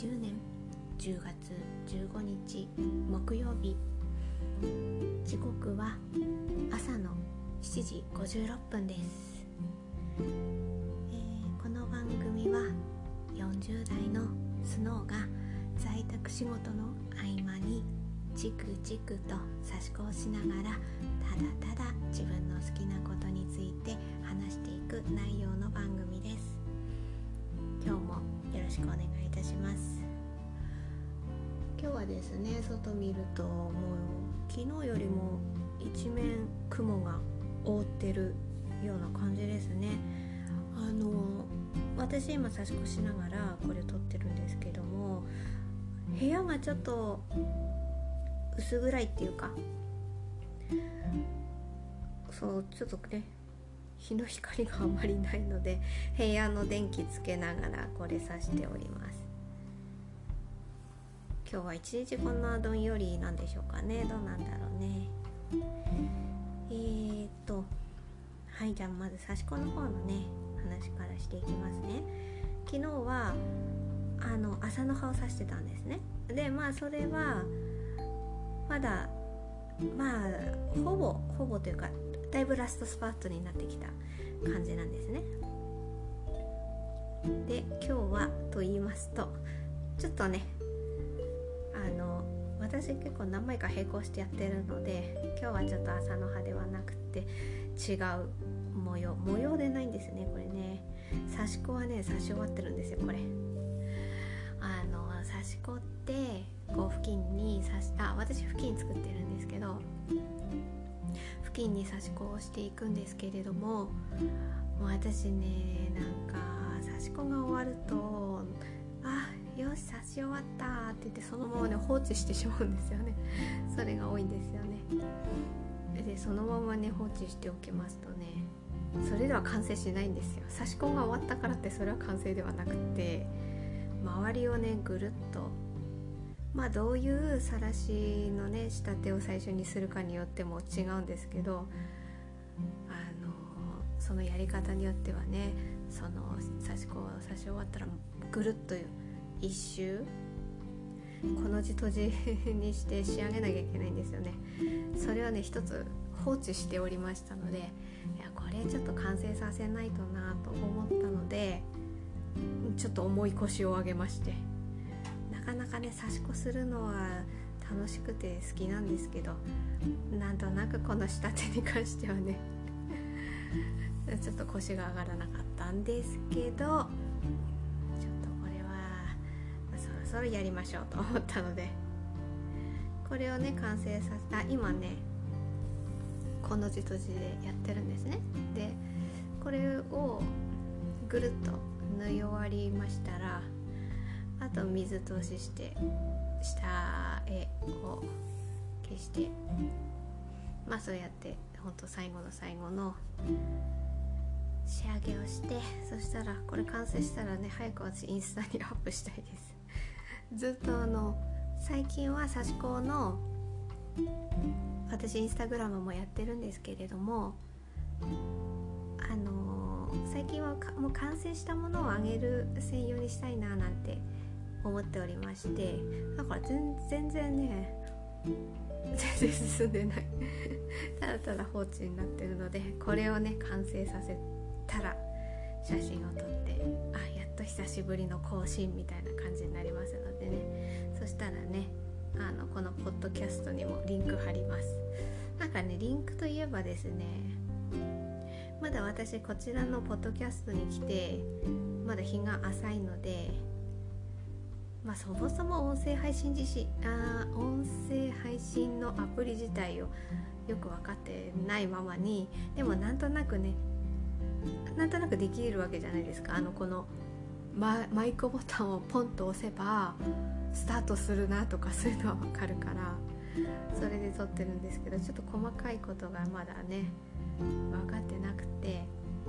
2020年10月15日木曜日、時刻は朝の7時56分です。この番組は40代のスノーが在宅仕事の合間にチクチクと差し子をしながらただただ自分の好きなことについて話していく内容の番組です。今日もよろしくお願いいたします。今日はですね、外見るともう昨日よりも一面雲が覆ってるような感じですね。私今差し子しながらこれ撮ってるんですけども、部屋がちょっと薄暗いっていうか、そうちょっとね日の光があまりないので部屋の電気つけながらこれさしております。今日は一日こんなどんよりなんでしょうかね。どうなんだろうね。はい、じゃあまず差し子の方のね話からしていきますね。昨日は麻の葉を刺してたんですね。でそれはまだほぼというかだいぶラストスパートになってきた感じなんですね。で今日はと言いますと、ちょっとね私結構何枚か並行してやってるので、今日はちょっと麻の葉ではなくて違う模様でないんですね。これね刺し子はね刺し終わってるんですよ。これ刺し子ってこう付近に私付近作ってるんですけど、付近に刺し子をしていくんですけれども、もう私ね刺し子が終わるとよし刺し終わったって言ってそのままね放置してしまうんですよね。それが多いんですよね。でそのままね放置しておきますとね、それでは完成しないんですよ。刺し子が終わったからってそれは完成ではなくて、周りをねぐるっとどういうさらしのね仕立てを最初にするかによっても違うんですけど、そのやり方によってはね、その刺し子を刺し終わったらぐるっと一周この字閉じにして仕上げなきゃいけないんですよね。それをね一つ放置しておりましたので、これちょっと完成させないとなと思ったので、ちょっと重い腰を上げまして、なかなかね刺し子するのは楽しくて好きなんですけど、なんとなくこの仕立てに関してはねちょっと腰が上がらなかったんですけど、ちょっとこれはそろそろやりましょうと思ったので、これをね完成させ今ねこの字閉じでやってるんですね。でこれをぐるっと縫い終わりましたら、あと水通しして下絵を消して、そうやってほんと最後の最後の仕上げをして、そしたらこれ完成したらね早く私インスタにアップしたいです。ずっと最近は刺し子の私インスタグラムもやってるんですけれども、最近はもう完成したものをあげる専用にしたいななんて思っておりまして、だから全然ね全然進んでないただただ放置になってるので、これをね完成させたら写真を撮って、やっと久しぶりの更新みたいな感じになりますのでね、そしたらねこのポッドキャストにもリンク貼ります。リンクといえばですね、まだ私こちらのポッドキャストに来てまだ日が浅いので、そもそも音声配信のアプリ自体をよく分かってないままに、でもなんとなくできるわけじゃないですか。このマイクボタンをポンと押せばスタートするなとかそういうのは分かるから、それで撮ってるんですけど、ちょっと細かいことがまだね分かってなくて、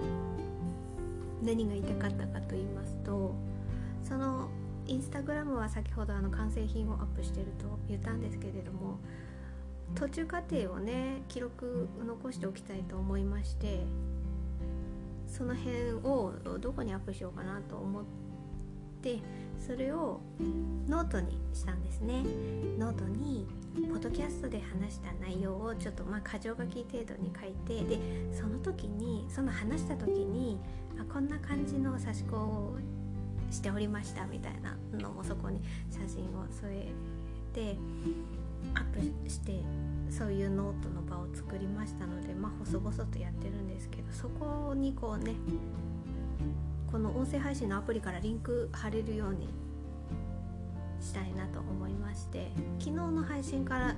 何が言いたかったかと言いますと、そのインスタグラムは先ほど完成品をアップしてると言ったんですけれども、途中過程をね記録残しておきたいと思いまして、その辺をどこにアップしようかなと思っでそれをノートにしたんですね。ノートにポッドキャストで話した内容をちょっと箇条書き程度に書いて、でその話した時にこんな感じの差し子をしておりましたみたいなのもそこに写真を添えてアップして、そういうノートの場を作りましたので、細々とやってるんですけど、そこにこの音声配信のアプリからリンク貼れるようにしたいなと思いまして、昨日の配信から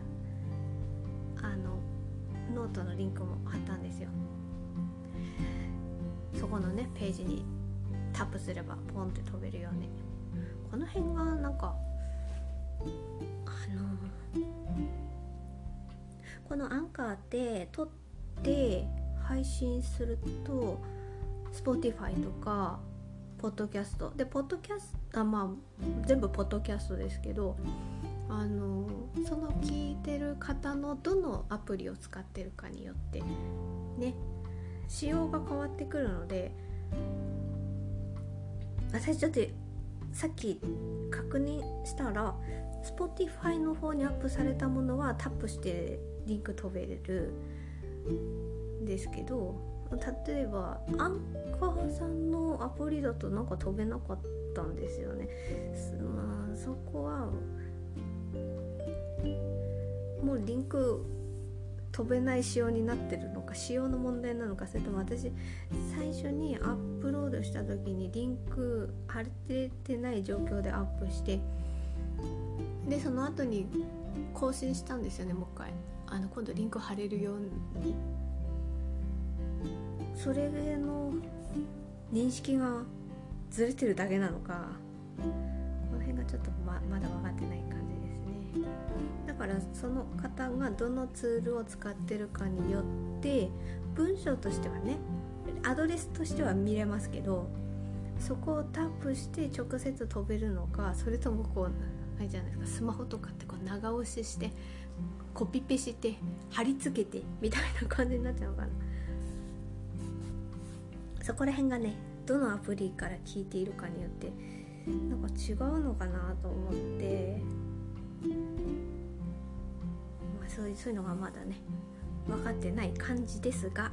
ノートのリンクも貼ったんですよ。そこのねページにタップすればポンって飛べるように。この辺がこのアンカーで撮って配信すると Spotify とかポッドキャストで全部ポッドキャストですけど、その聞いてる方のどのアプリを使ってるかによってね仕様が変わってくるので、私ちょっとさっき確認したら Spotify の方にアップされたものはタップしてリンク飛べるんですけど、例えばアンカーさんのアプリだと飛べなかったんですよね。そこはもうリンク飛べない仕様になってるのか、仕様の問題なのか、それとも私最初にアップロードした時にリンク貼れてない状況でアップして、でその後に更新したんですよね。もう一回今度リンク貼れるように。それの認識がずれてるだけなのか、この辺がちょっと まだ分かってない感じですね。だからその方がどのツールを使ってるかによって文章としてはね、アドレスとしては見れますけど、そこをタップして直接飛べるのか、それともあれじゃないですか、スマホとかって長押ししてコピペして貼り付けてみたいな感じになっちゃうのかな。そこら辺がねどのアプリから聞いているかによって違うのかなと思って、そういうのがまだね分かってない感じですが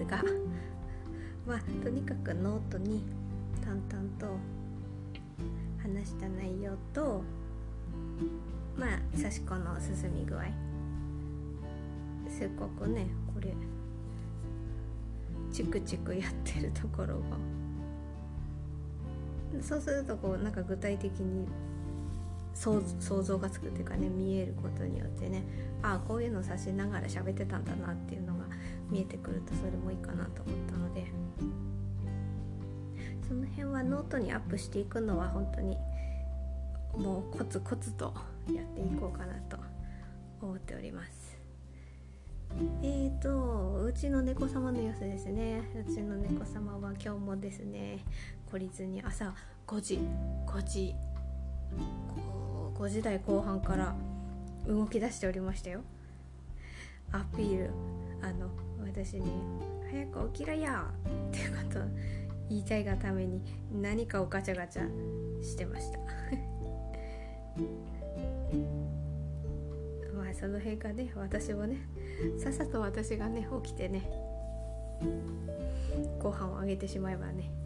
とにかくノートに淡々と話した内容と差し子の進み具合、せっかくねこれチクチクやってるところが、そうすると具体的に想像がつくっていうかね、見えることによってね、こういうの指しながら喋ってたんだなっていうのが見えてくると、それもいいかなと思ったので、その辺はノートにアップしていくのは本当にもうコツコツとやっていこうかなと思っております。うちの猫様の様子ですね。うちの猫様は今日もですね、懲りずに朝5時台後半から動き出しておりましたよ。アピール私に早く起きろよっていうことを言いたいがために何かをガチャガチャしてましたその辺がね、私もねさっさと私がね起きてねご飯をあげてしまえばね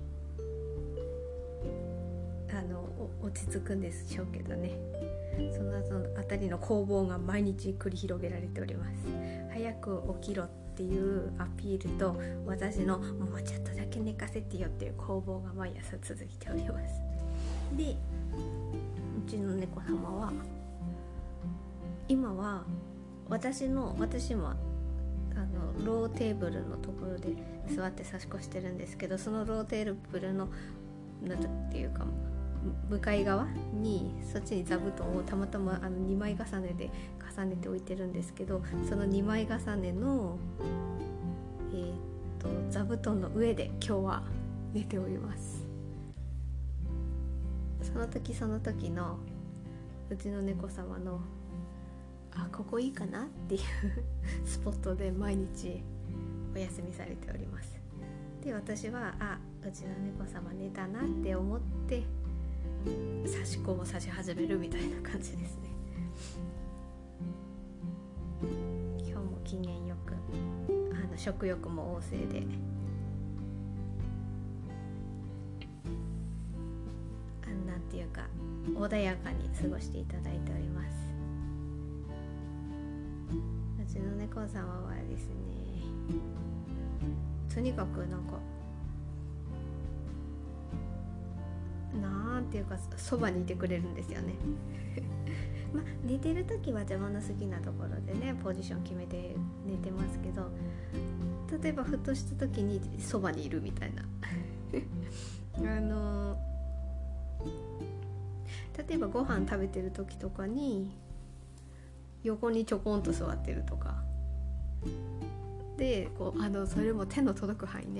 落ち着くんでしょうけどね、そのあたりの攻防が毎日繰り広げられております。早く起きろっていうアピールと私のもうちょっとだけ寝かせてよっていう攻防が毎朝続いております。で、うちの猫様は今は私もローテーブルのところで座って差し越してるんですけど、そのローテーブルのっていうか向かい側にそっちに座布団をたまたま2枚重ねで重ねて置いてるんですけど、その2枚重ねの座布団の上で今日は寝ております。その時その時のうちの猫様のここいいかなっていうスポットで毎日お休みされております。で、私はうちの猫様寝たなって思って刺し子を刺し始めるみたいな感じですね。今日も機嫌よく食欲も旺盛でなんていうか穏やかに過ごしていただいております。うちの猫様はですね、とにかくなんていうかそばにいてくれるんですよね寝てる時は自分の好きなところでねポジション決めて寝てますけど、例えばふとした時にそばにいるみたいな例えばご飯食べてる時とかに横にちょこんと座ってるとかでそれも手の届く範囲ね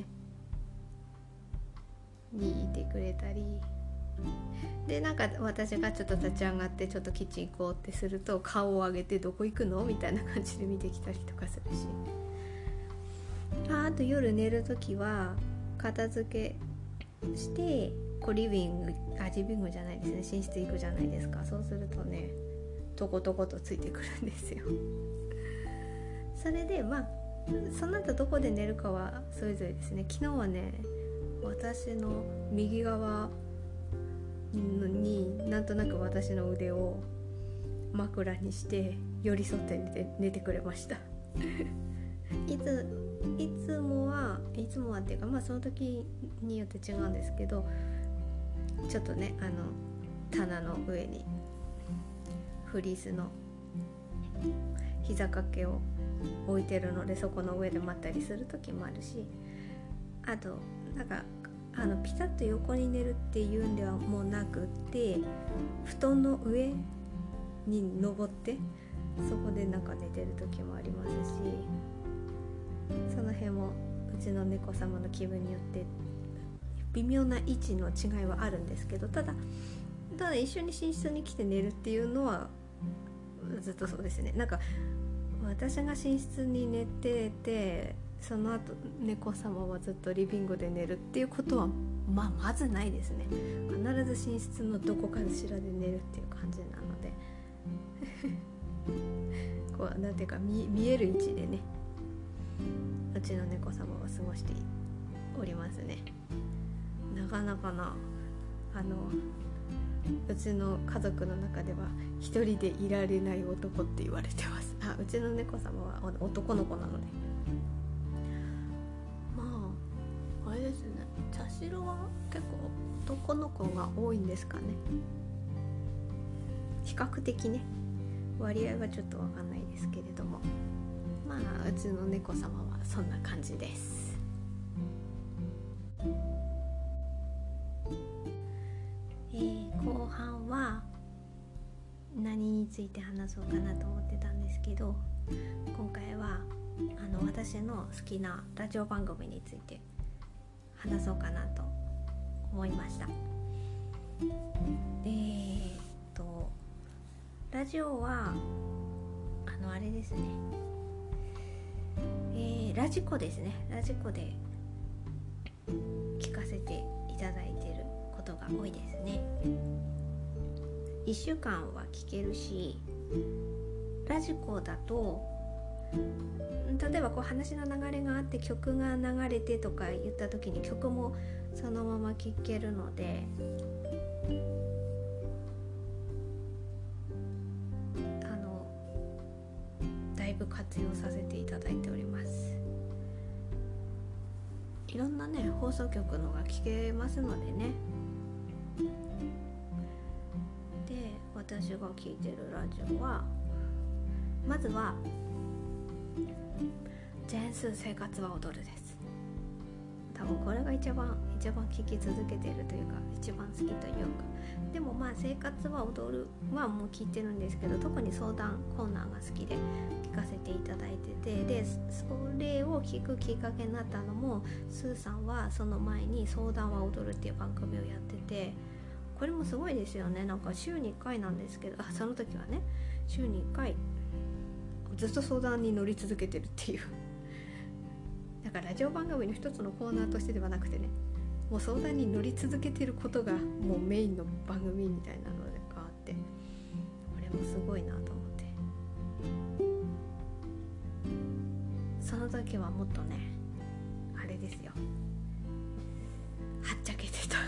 にいてくれたりで、私がちょっと立ち上がってちょっとキッチン行こうってすると顔を上げてどこ行くのみたいな感じで見てきたりとかするし、あと夜寝るときは片付けしてリビングじゃないですね、寝室行くじゃないですか。そうするとねとことことついてくるんですよ。それでその後どこで寝るかはそれぞれですね。昨日はね私の右側になんとなく私の腕を枕にして寄り添って寝てくれましたいつもはっていうかその時によって違うんですけど、ちょっとね棚の上にフリースの膝掛けを置いてるのでそこの上で待ったりする時もあるし、あとピタッと横に寝るっていうんではもうなくって布団の上に登ってそこで寝てる時もありますし、その辺もうちの猫様の気分によって微妙な位置の違いはあるんですけど、ただ一緒に寝室に来て寝るっていうのはずっとそうですね。私が寝室に寝ててその後猫様はずっとリビングで寝るっていうことはまずないですね。必ず寝室のどこかしらで寝るっていう感じなのでなんていうか見える位置でねうちの猫様は過ごしておりますね。なかなかうちの家族の中では一人でいられない男って言われてます。うちの猫様は男の子なので、あれですね、茶白は結構男の子が多いんですかね。比較的ね、割合はちょっとわかんないですけれども、うちの猫様はそんな感じです。後半は何について話そうかなと思ってたんですけど、今回は私の好きなラジオ番組について話そうかなと思いました。ラジオはあれですね、ラジコですね。ラジコで聞かせていただいていることが多いですね。1週間は聞けるし、ラジコだと例えば話の流れがあって曲が流れてとか言った時に曲もそのまま聴けるので、だいぶ活用させていただいております。いろんなね放送局のが聴けますのでね。で、私が聴いてるラジオはまずはジェーンスー生活は踊るです。多分これが一番聴き続けているというか一番好きというか、でも生活は踊るはもう聞いてるんですけど、特に相談コーナーが好きで聞かせていただいてて、でそれを聞くきっかけになったのもスーさんはその前に相談は踊るっていう番組をやってて、これもすごいですよね。週に1回なんですけど、その時はね週に1回ずっと相談に乗り続けてるっていうだからラジオ番組の一つのコーナーとしてではなくてね、 もう相談に乗り続けてることがもうメインの番組みたいなのがあって、これもすごいなと思って、その時はもっとねあれですよ、はっちゃけてた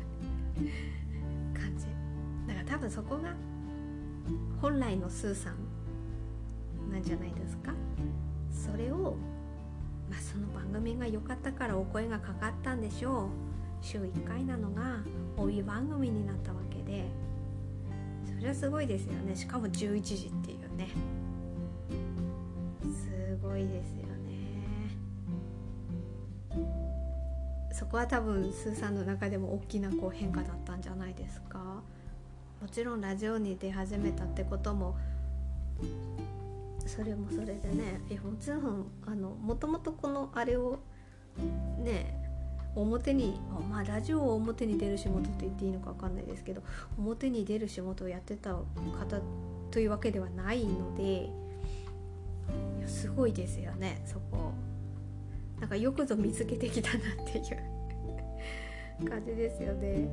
感じだから、多分そこが本来のスーさんなんじゃないですか。それをその番組が良かったからお声がかかったんでしょう。週1回なのが帯番組になったわけで、それはすごいですよね。しかも11時っていうね、すごいですよね。そこは多分スーさんの中でも大きな変化だったんじゃないですか。もちろんラジオに出始めたってこともそれもそれでね、もちろんもともとこのあれをね表に、ラジオを表に出る仕事と言っていいのか分かんないですけど、表に出る仕事をやってた方というわけではないので、いやすごいですよね。そこなんかよくぞ見つけてきたなっていう感じですよね。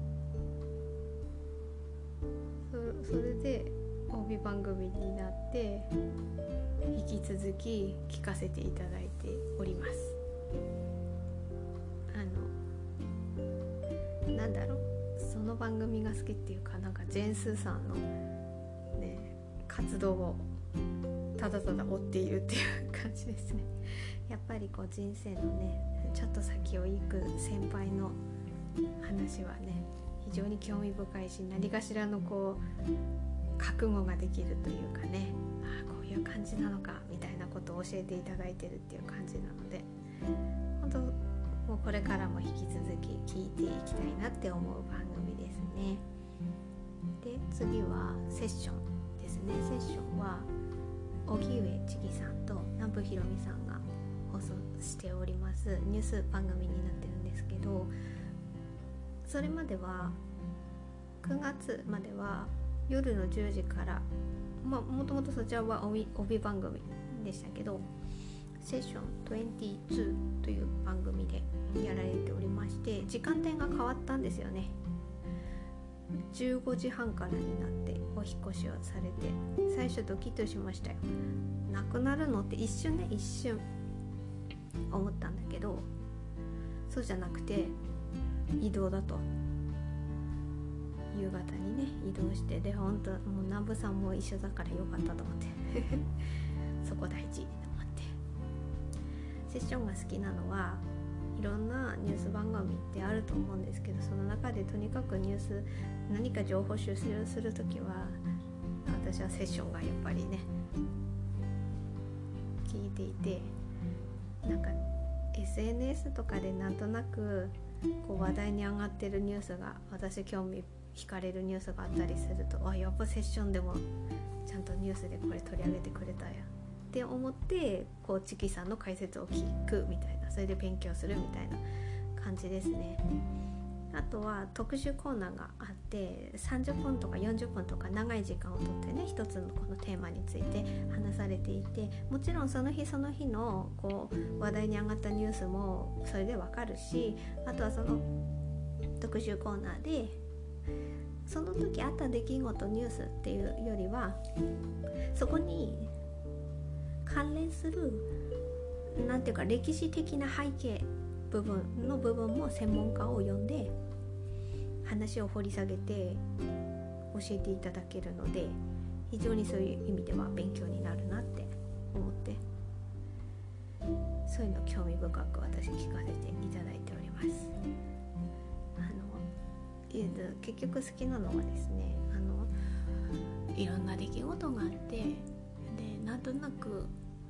それで帯番組になって引き続き聞かせていただいております。なんだろう、その番組が好きっていうか、なんかジェーン・スーさんのね活動をただただ追っているっていう感じですね。やっぱり人生のねちょっと先を行く先輩の話はね非常に興味深いし、何かしらの覚悟ができるというかね、こういう感じなのかみたいなことを教えていただいてるっていう感じなので、本当もうこれからも引き続き聞いていきたいなって思う番組ですね。で次はセッションですね。セッションは荻上千里さんと南部ひろみさんが放送しておりますニュース番組になってるんですけど、それまでは9月までは夜の10時から、もともとそちらは帯番組でしたけど、セッション22という番組でやられておりまして、時間帯が変わったんですよね。15時半からになってお引越しをされて、最初ドキッとしましたよ。なくなるのって一瞬思ったんだけど、そうじゃなくて移動だと。夕方にね移動して、で本当もう南部さんも一緒だからよかったと思ってそこ大事と思って。セッションが好きなのはいろんなニュース番組ってあると思うんですけど、その中でとにかくニュース何か情報収集するときは私はセッションがやっぱりね聞いていて、なんか SNS とかでなんとなく話題に上がってるニュースが、私興味惹かれるニュースがあったりすると、やっぱセッションでもちゃんとニュースでこれ取り上げてくれたやって思って、チキさんの解説を聞くみたいな、それで勉強するみたいな感じですね。あとは特集コーナーがあって、30分とか40分とか長い時間をとってね、一つのこのテーマについて話されていて、もちろんその日その日の話題に上がったニュースもそれでわかるし、あとはその特集コーナーでその時あった出来事ニュースっていうよりは、そこに関連するなんていうか歴史的な背景部分も専門家を呼んで話を掘り下げて教えていただけるので、非常にそういう意味では勉強になるなって思って、そういうの興味深く私聞かせていただいております。結局好きなのはですね、いろんな出来事があって、でなんとなく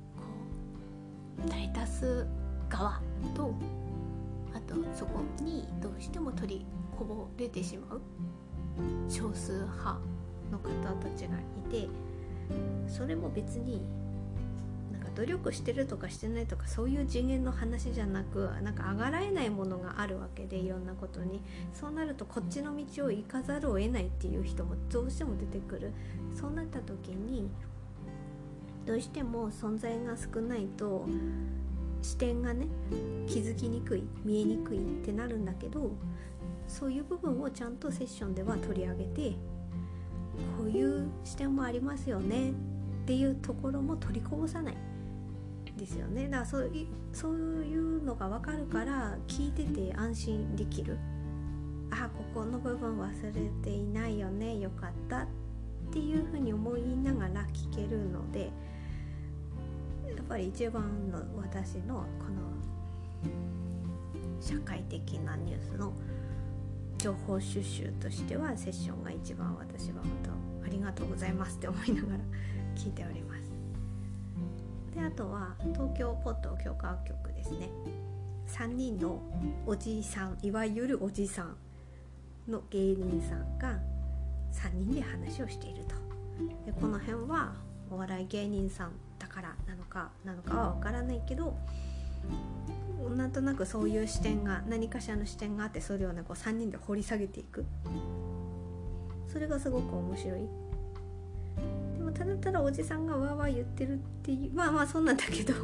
大多数側と、あとそこにどうしても取りこぼれてしまう少数派の方たちがいて、それも別になんか努力してるとかしてないとかそういう次元の話じゃなく、なんかあがらえないものがあるわけで、いろんなことに。そうなるとこっちの道を行かざるを得ないっていう人もどうしても出てくる。そうなった時にどうしても存在が少ないと視点がね気づきにくい、見えにくいってなるんだけど、そういう部分をちゃんとセッションでは取り上げて、こういう視点もありますよねっていうところも取りこぼさないですよね。だからそういうのが分かるから聞いてて安心できる。あ、ここの部分忘れていないよね、よかったっていうふうに思いながら聞けるので、やっぱり一番の私のこの社会的なニュースの情報収集としてはセッションが一番私は本当ありがとうございますって思いながら聞いております。で、あとは東京ポッド許可局ですね。3人のおじさん、いわゆるおじさんの芸人さんが3人で話をしていると。で、この辺はお笑い芸人さんだからなのかは分からないけど、なんとなくそういう視点が、何かしらの視点があって、それをねこう3人で掘り下げていく。それがすごく面白い。でもただただおじさんがわーわー言ってるっていう、まあそうなんだけど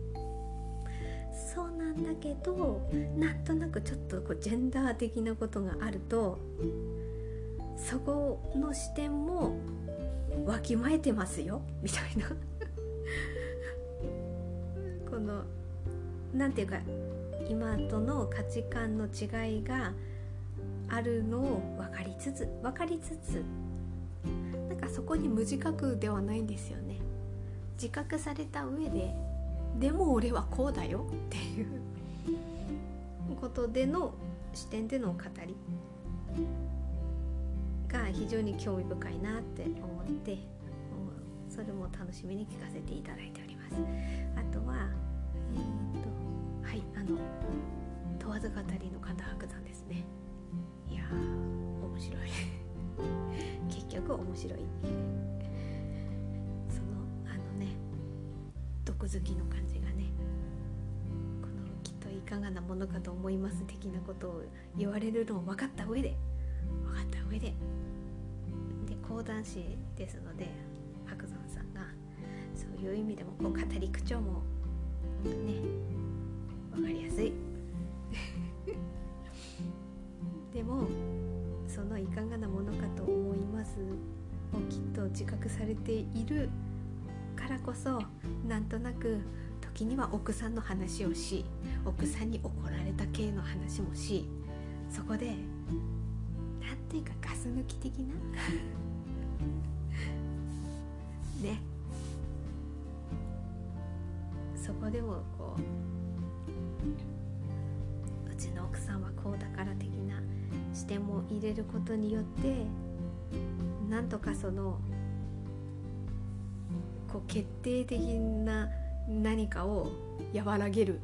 なんとなくちょっとこうジェンダー的なことがあると、そこの視点もわきまえてますよみたいなこのなんていうか、今との価値観の違いがあるのを分かりつつなんかそこに無自覚ではないんですよね。自覚された上で、でも俺はこうだよっていうことでの視点での語りが非常に興味深いなって思って、それも楽しみに聞かせていただいております。あとははい、問わず語りの神田伯山ですね。いやー面白い結局面白いそのね毒好きの感じがね、このきっといかがなものかと思います的なことを言われるのを分かった上で講談師ですので、伯山さんがそういう意味でもこう語り口調もね分かりやすいでもそのいかがなものかと思いますをきっと自覚されているからこそ、なんとなく時には奥さんの話をし、奥さんに怒られた系の話もし、そこでなんていうかガス抜き的なね、そこでもこう、うちの奥さんはこうだから的な視点も入れることによって、なんとかそのこう決定的な何かを和らげる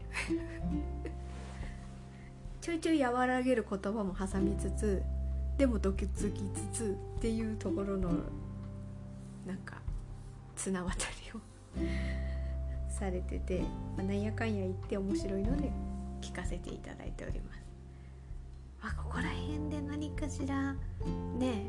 ちょいちょい和らげる言葉も挟みつつ、でもドキつきつつっていうところのなんか綱渡りをされてて、なんやかんや言って面白いので聞かせていただいております。ここら辺で何かしらね、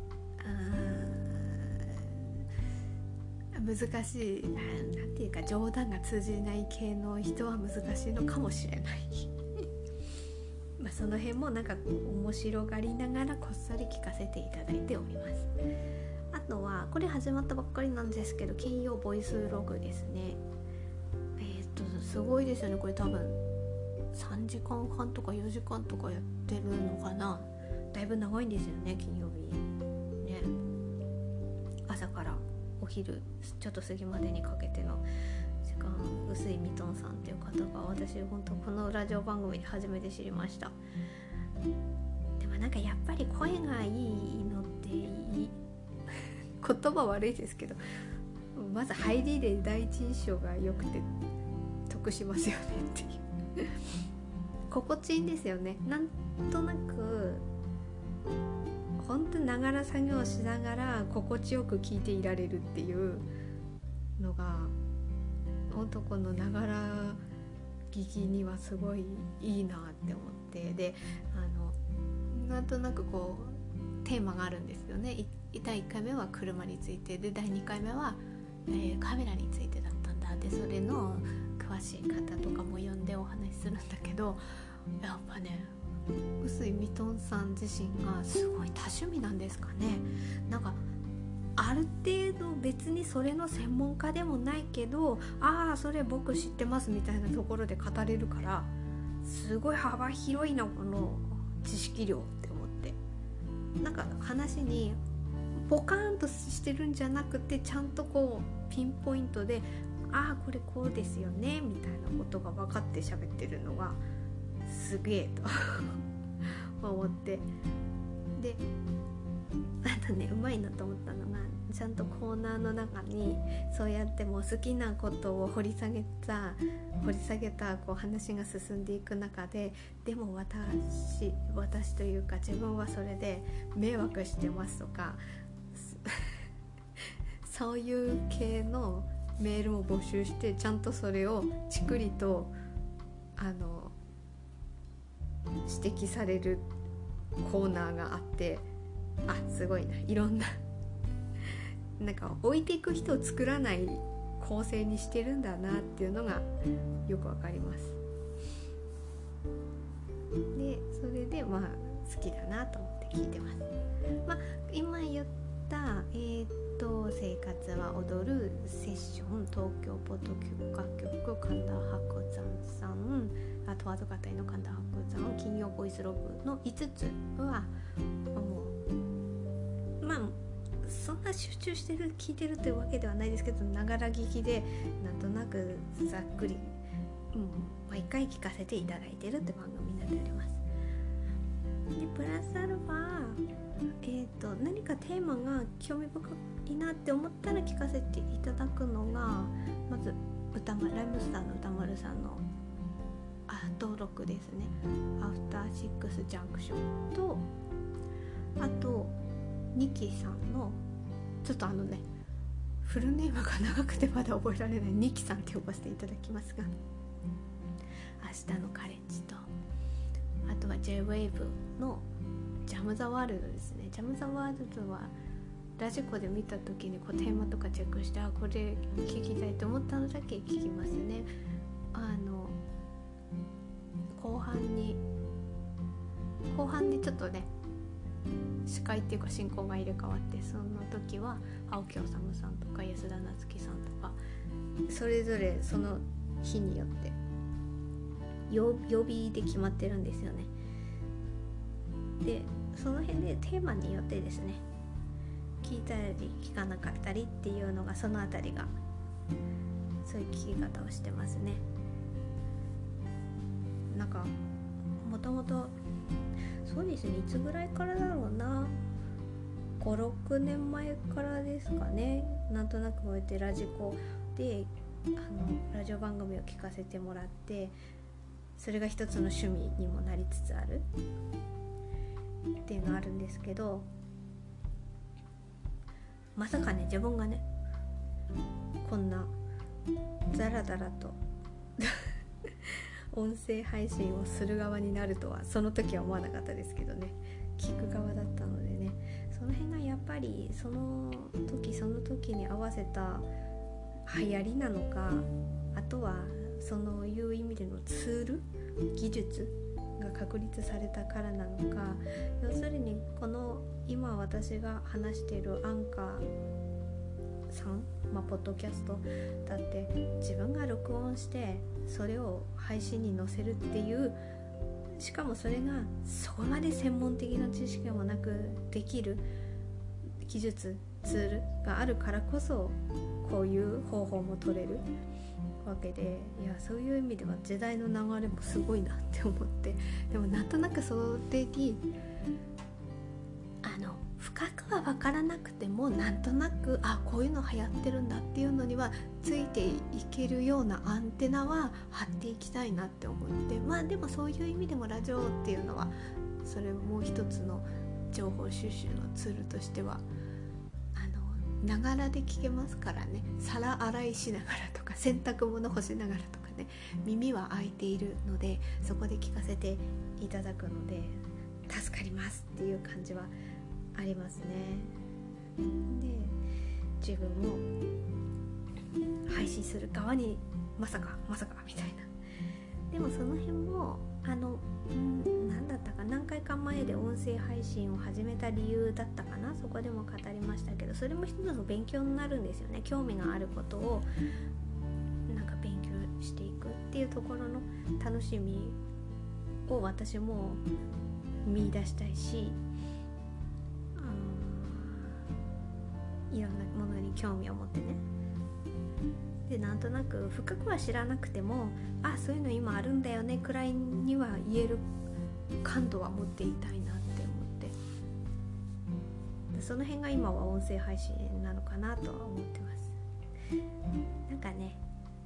難しい、なんていうか冗談が通じない系の人は難しいのかもしれないその辺もなんか面白がりながらこっそり聞かせていただいております。あとはこれ始まったばっかりなんですけど、金曜ボイスログですね。すごいですよね。これ多分3時間半とか4時間とかやってるのかな。だいぶ長いんですよね、金曜日ね。朝からお昼ちょっと過ぎまでにかけての時間、臼井ミトンさんっていう方が、私本当このラジオ番組で初めて知りました。でもなんかやっぱり声がいいのって言葉悪いですけど、まず入りで第一印象が良くて得しますよねっていう心地いいんですよね。なんとなく本当にながら作業しながら心地よく聞いていられるっていうのが、本当このながら聞きにはすごいいいなって思って、でなんとなくこうテーマがあるんですよね。第1回目は車についてで、第2回目は、カメラについてだったんだ。でそれの詳しい方とかも呼んでお話しするんだけど、やっぱね臼井ミトンさん自身がすごい多趣味なんですかね。なんかある程度別にそれの専門家でもないけど、ああそれ僕知ってますみたいなところで語れるから、すごい幅広いなこの知識量って思って、なんか話にポカーンとしてるんじゃなくて、ちゃんとこうピンポイントで、ああこれこうですよねみたいなことが分かって喋ってるのがすげえと思って、であとねうまいなと思ったのが、ちゃんとコーナーの中にそうやってもう好きなことを掘り下げたこう話が進んでいく中で、でも私というか自分はそれで迷惑してますとかそういう系のメールも募集して、ちゃんとそれをちくりと指摘されるコーナーがあって、あすごいな、いろんななんか置いていく人を作らない構成にしてるんだなっていうのがよくわかります。でそれでまあ好きだなと思って聞いてます。まあ今言った生活は踊るセッション、東京ポッド許可局神田伯山さん、あと後方の神田伯山、金曜ボイスログの5つはもうまあそんな集中して聞いてるというわけではないですけど、ながら聞きでなんとなくざっくり、毎回聞かせていただいてるって番組になっております。でプラスアルファ、何かテーマが興味深いなって思ったら聞かせていただくのが、まずライムスターの歌丸さんの登録ですね、アフターシックスジャンクションと、あとニキさんのちょっとフルネームが長くてまだ覚えられないニキさんって呼ばせていただきますが、明日のカレッジと、あとは J-WAVE のジャム・ザ・ワールドですね。ジャム・ザ・ワールドはラジコで見た時にこうテーマとかチェックして、これ聞きたいと思ったのだけ聞きますね。後半にちょっとね司会っていうか進行が入れ替わって、その時は青木治さんとか安田なつきさんとか、それぞれその日によって曜日で決まってるんですよね。でその辺でテーマによってですね、聞いたり聞かなかったりっていうのが、そのあたりがそういう聞き方をしてますね。なんかもともとそうですね、いつぐらいからだろうな、5、6年前からですかね。なんとなくこうやってラジコでラジオ番組を聞かせてもらって、それが一つの趣味にもなりつつあるっていうのがあるんですけど、まさかね自分がねこんなザラザラと音声配信をする側になるとはその時は思わなかったですけどね、聞く側だったのでね、その辺がやっぱりその時に合わせた流行りなのか、あとはそういう意味でのツール、技術が確立されたからなのか、要するにこの今私が話しているアンカーさん、ポッドキャストだって自分が録音してそれを配信に載せるっていう、しかもそれがそこまで専門的な知識もなくできる技術ツールがあるからこそ、こういう方法も取れるわけで、いやそういう意味では時代の流れもすごいなって思って、でもなんとなくそれに深くは分からなくても、なんとなくこういうの流行ってるんだっていうのにはついていけるようなアンテナは張っていきたいなって思って、でもそういう意味でもラジオっていうのはそれもう一つの情報収集のツールとしてはながらで聞けますからね。皿洗いしながらとか洗濯物干しながらとかね、耳は開いているのでそこで聞かせていただくので助かりますっていう感じはありますね。で自分も配信する側にまさかみたいな。でもその辺も何だったか、何回か前で音声配信を始めた理由だったかな、そこでも語りましたけど、それも一つの勉強になるんですよね。興味があることをなんか勉強していくっていうところの楽しみを私も見出したいし、いろんなものに興味を持ってね。でなんとなく深くは知らなくても、あ、そういうの今あるんだよねくらいには言える感度は持っていたいなって思って、その辺が今は音声配信なのかなとは思ってます。なんかね、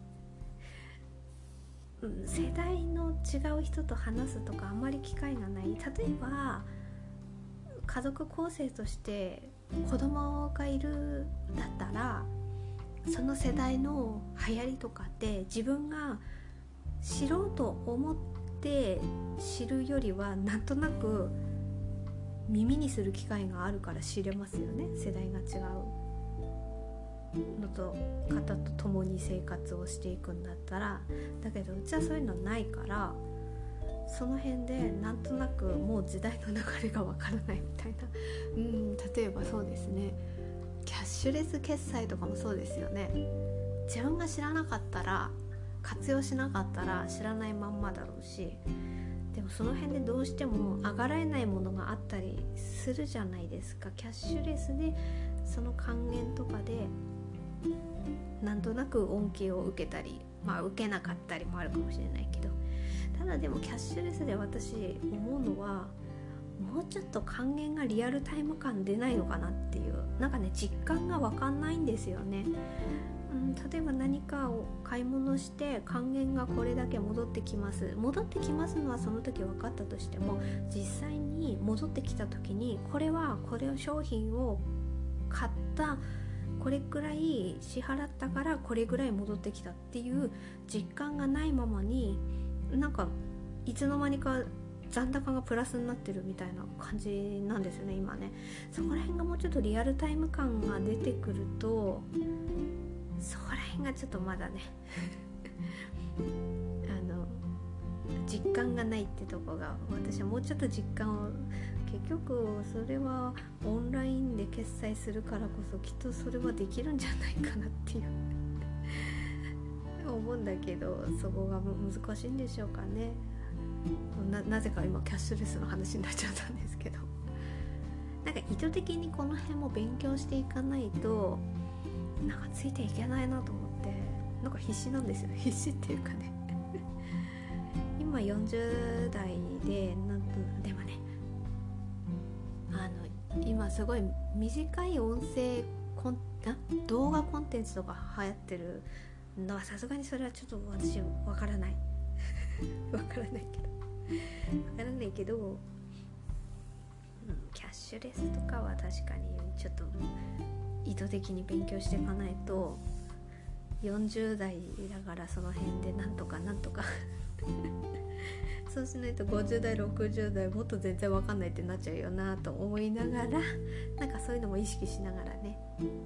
世代の違う人と話すとかあんまり機会がない。例えば家族構成として子供がいるだったら、その世代の流行りとかって自分が知ろうと思って知るよりはなんとなく耳にする機会があるから知れますよね。世代が違うのと方と共に生活をしていくんだったら。だけどうちはそういうのないから、その辺でなんとなくもう時代の流れがわからないみたいな。例えばそうですね、キャッシュレス決済とかもそうですよね。自分が知らなかったら、活用しなかったら知らないまんまだろうし、でもその辺でどうしても上がらえないものがあったりするじゃないですか。キャッシュレスでその還元とかでなんとなく恩恵を受けたり、受けなかったりもあるかもしれないけど、ただでもキャッシュレスで私思うのは、もうちょっと還元がリアルタイム感出ないのかなっていう、なんかね、実感が分かんないんですよね。例えば何かを買い物して還元がこれだけ戻ってきますのはその時分かったとしても、実際に戻ってきた時にこれを商品を買った、これくらい支払ったからこれぐらい戻ってきたっていう実感がないままに、なんかいつの間にか残高がプラスになってるみたいな感じなんですよね今ね。そこら辺がもうちょっとリアルタイム感が出てくると、そこら辺がちょっとまだね実感がないってとこが、私はもうちょっと実感を、結局それはオンラインで決済するからこそきっとそれはできるんじゃないかなっていう思うんだけど、そこが難しいんでしょうかね。なぜか今キャッシュレスの話になっちゃったんですけど、なんか意図的にこの辺も勉強していかないとなんかついていけないなと思って、なんか必死なんですよ。必死っていうかね今40代ででもね、今すごい短い音声動画コンテンツとか流行ってるのは、さすがにそれはちょっと私わからないわからないけど、キャッシュレスとかは確かにちょっと意図的に勉強していかないと、40代だからその辺でなんとかそうしないと50代60代もっと全然わかんないってなっちゃうよなと思いながら、なんかそういうのも意識しながらね、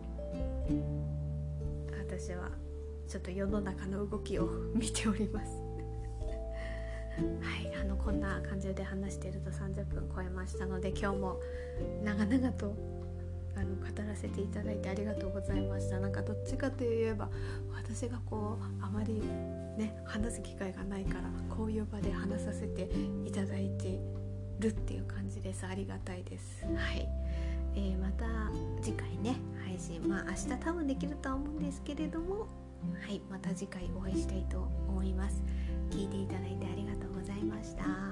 私はちょっと世の中の動きを見ておりますはい、こんな感じで話していると30分超えましたので、今日も長々と語らせていただいてありがとうございました。なんかどっちかといえば私があまりね話す機会がないから、こういう場で話させていただいてるっていう感じです。ありがたいです。はい、また次回ね配信、明日多分できるとは思うんですけれども、はい、また次回お会いしたいと思います。聞いていただいてありがとうございました。